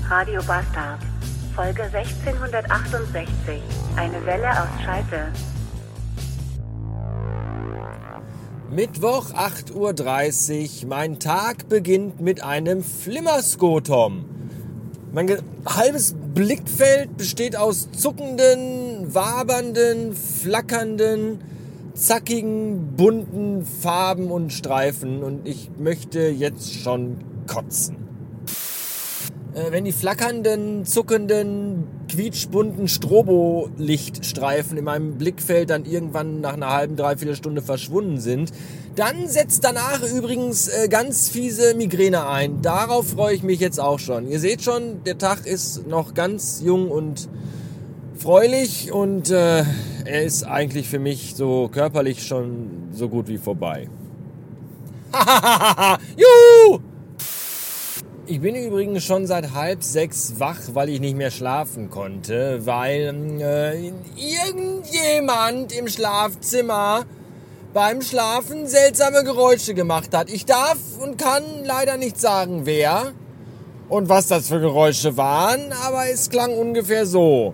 Radio Bastard. Folge 1668. Eine Welle aus Scheiße. Mittwoch, 8:30 Uhr. Mein Tag beginnt mit einem Flimmerskotom. Mein halbes Blickfeld besteht aus zuckenden, wabernden, flackernden, zackigen, bunten Farben und Streifen. Und ich möchte jetzt schon kotzen. Wenn die flackernden, zuckenden, quietschbunten Strobo-Lichtstreifen in meinem Blickfeld dann irgendwann nach einer halben, dreiviertel Stunde verschwunden sind, dann setzt danach übrigens ganz fiese Migräne ein. Darauf freue ich mich jetzt auch schon. Ihr seht schon, der Tag ist noch ganz jung und freulich und er ist eigentlich für mich so körperlich schon so gut wie vorbei. Juhu! Ich bin übrigens schon seit 5:30 wach, weil ich nicht mehr schlafen konnte, weil irgendjemand im Schlafzimmer beim Schlafen seltsame Geräusche gemacht hat. Ich darf und kann leider nicht sagen, wer und was das für Geräusche waren, aber es klang ungefähr so.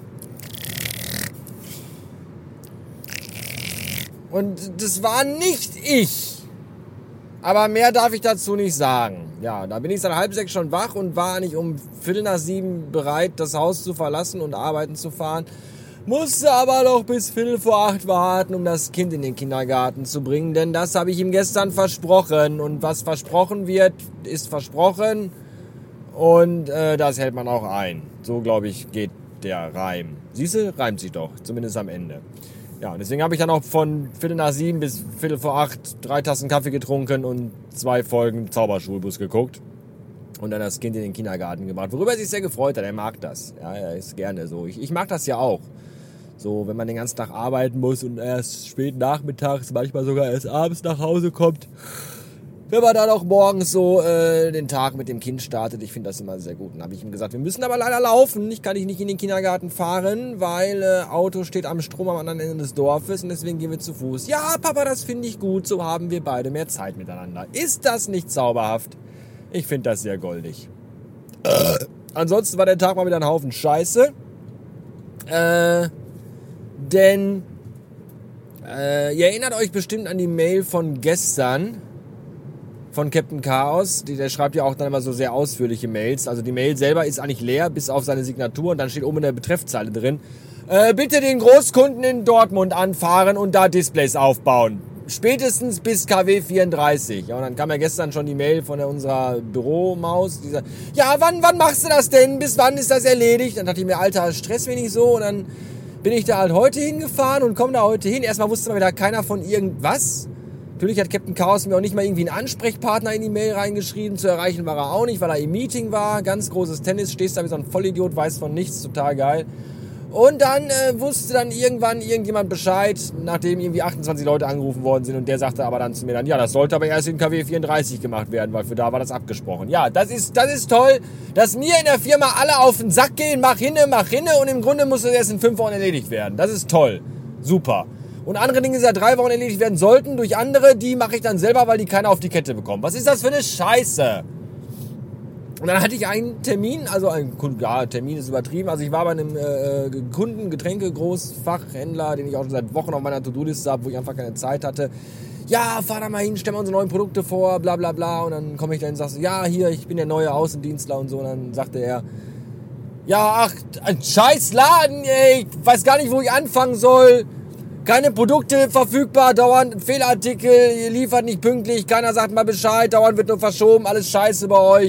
Und das war nicht ich. Aber mehr darf ich dazu nicht sagen. Ja, da bin ich seit 5:30 schon wach und war eigentlich um 6:45 bereit, das Haus zu verlassen und arbeiten zu fahren. Musste aber noch bis 7:45 warten, um das Kind in den Kindergarten zu bringen, denn das habe ich ihm gestern versprochen. Und was versprochen wird, ist versprochen und das hält man auch ein. So, glaube ich, geht der Reim. Siehste, reimt sich doch, zumindest am Ende. Ja, und deswegen habe ich dann auch von 7:15 bis 7:45 3 Tassen Kaffee getrunken und 2 Folgen Zauberschulbus geguckt und dann das Kind in den Kindergarten gebracht, worüber er sich sehr gefreut hat. Er mag das. Ja, er ist gerne so. Ich mag das ja auch. So, wenn man den ganzen Tag arbeiten muss und erst spät nachmittags, manchmal sogar erst abends nach Hause kommt. Wenn man dann auch morgens so den Tag mit dem Kind startet, ich finde das immer sehr gut. Dann habe ich ihm gesagt, wir müssen aber leider laufen. Ich kann dich nicht in den Kindergarten fahren, weil Auto steht am Strom am anderen Ende des Dorfes und deswegen gehen wir zu Fuß. Ja, Papa, das finde ich gut. So haben wir beide mehr Zeit miteinander. Ist das nicht zauberhaft? Ich finde das sehr goldig. Ansonsten war der Tag mal wieder ein Haufen Scheiße. Denn ihr erinnert euch bestimmt an die Mail von gestern von Captain Chaos, der schreibt ja auch dann immer so sehr ausführliche Mails. Also die Mail selber ist eigentlich leer, bis auf seine Signatur und dann steht oben in der Betreffzeile drin, bitte den Großkunden in Dortmund anfahren und da Displays aufbauen. Spätestens bis KW 34. Ja, und dann kam ja gestern schon die Mail von unserer Büromaus, die sagt, ja, wann machst du das denn? Bis wann ist das erledigt? Dann dachte ich mir, Alter, stress mich nicht so. Und dann bin ich da halt heute hingefahren und komme da heute hin. Erstmal wusste mal wieder keiner von irgendwas. Natürlich hat Captain Chaos mir auch nicht mal irgendwie einen Ansprechpartner in die Mail reingeschrieben. Zu erreichen war er auch nicht, weil er im Meeting war. Ganz großes Tennis, stehst da wie so ein Vollidiot, weiß von nichts, total geil. Und dann wusste dann irgendwann irgendjemand Bescheid, nachdem irgendwie 28 Leute angerufen worden sind. Und der sagte aber dann zu mir dann, ja, das sollte aber erst in KW 34 gemacht werden, weil für da war das abgesprochen. Ja, das ist toll, dass mir in der Firma alle auf den Sack gehen, mach hinne. Und im Grunde muss das erst in 5 Wochen erledigt werden. Das ist toll. Super. Und andere Dinge, die seit 3 Wochen erledigt werden sollten, durch andere, die mache ich dann selber, weil die keiner auf die Kette bekommen. Was ist das für eine Scheiße? Und dann hatte ich einen Termin, also Termin ist übertrieben, also ich war bei einem Kunden, Getränke-Großfachhändler, den ich auch schon seit Wochen auf meiner To-Do-Liste habe, wo ich einfach keine Zeit hatte. Ja, fahr da mal hin, stell mal unsere neuen Produkte vor, bla bla bla. Und dann komme ich da hin und sag so, ja, hier, ich bin der neue Außendienstler und so. Und dann sagte er, ja, ach, ein scheiß Laden, ey, ich weiß gar nicht, wo ich anfangen soll. Keine Produkte verfügbar, dauernd Fehlartikel, ihr liefert nicht pünktlich, keiner sagt mal Bescheid, dauernd wird nur verschoben, alles scheiße bei euch.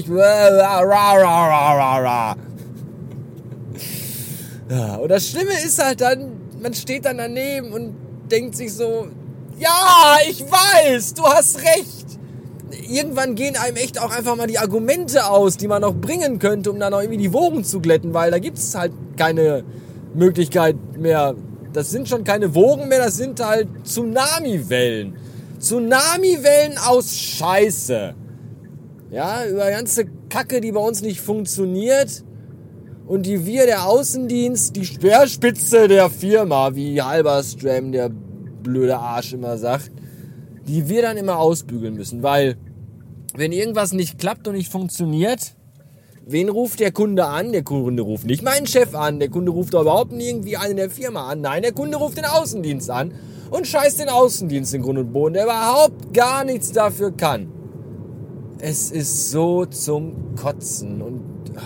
Ja, und das Schlimme ist halt dann, man steht dann daneben und denkt sich so, ja, ich weiß, du hast recht. Irgendwann gehen einem echt auch einfach mal die Argumente aus, die man noch bringen könnte, um dann noch irgendwie die Wogen zu glätten, weil da gibt es halt keine Möglichkeit mehr. Das sind schon keine Wogen mehr, das sind halt Tsunami-Wellen. Tsunami-Wellen aus Scheiße. Ja, über ganze Kacke, die bei uns nicht funktioniert und die wir, der Außendienst, die Speerspitze der Firma, wie Halberstram, der blöde Arsch immer sagt, die wir dann immer ausbügeln müssen, weil wenn irgendwas nicht klappt und nicht funktioniert, wen ruft der Kunde an? Der Kunde ruft nicht meinen Chef an. Der Kunde ruft doch überhaupt nie irgendwie einen der Firma an. Nein, der Kunde ruft den Außendienst an und scheißt den Außendienst in Grund und Boden, der überhaupt gar nichts dafür kann. Es ist so zum Kotzen und...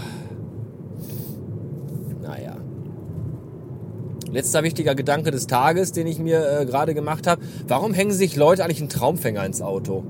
Naja. Letzter wichtiger Gedanke des Tages, den ich mir gerade gemacht habe. Warum hängen sich Leute eigentlich einen Traumfänger ins Auto?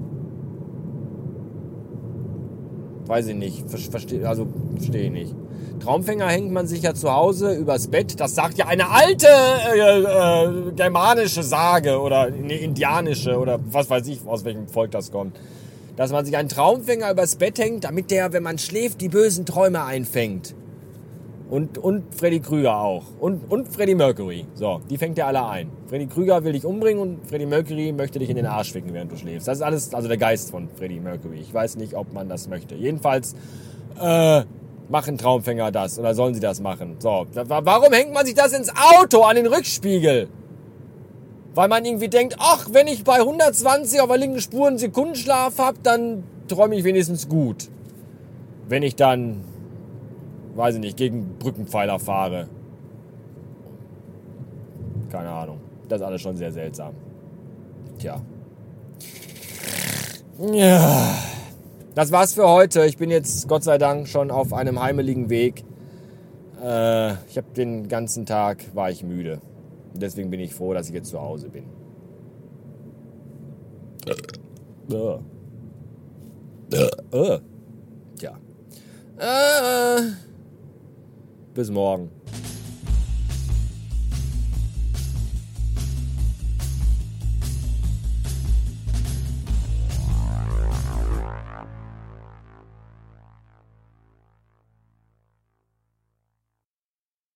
Weiß ich nicht. Verstehe ich nicht. Traumfänger hängt man sich ja zu Hause übers Bett. Das sagt ja eine alte germanische Sage oder eine indianische oder was weiß ich, aus welchem Volk das kommt. Dass man sich einen Traumfänger übers Bett hängt, damit der, wenn man schläft, die bösen Träume einfängt. Und Freddy Krüger auch. Und Freddie Mercury. So, die fängt er alle ein. Freddy Krüger will dich umbringen und Freddie Mercury möchte dich in den Arsch ficken, während du schläfst. Das ist alles, also der Geist von Freddie Mercury. Ich weiß nicht, ob man das möchte. Jedenfalls, machen Traumfänger das oder sollen sie das machen? So, warum hängt man sich das ins Auto an den Rückspiegel? Weil man irgendwie denkt, ach, wenn ich bei 120 auf der linken Spur einen Sekundenschlaf habe, dann träume ich wenigstens gut. Wenn ich dann, weiß ich nicht, gegen Brückenpfeiler fahre. Keine Ahnung. Das ist alles schon sehr seltsam. Tja. Ja. Das war's für heute. Ich bin jetzt, Gott sei Dank, schon auf einem heimeligen Weg. Ich habe den ganzen Tag, war ich müde. Deswegen bin ich froh, dass ich jetzt zu Hause bin. Tja. Bis morgen.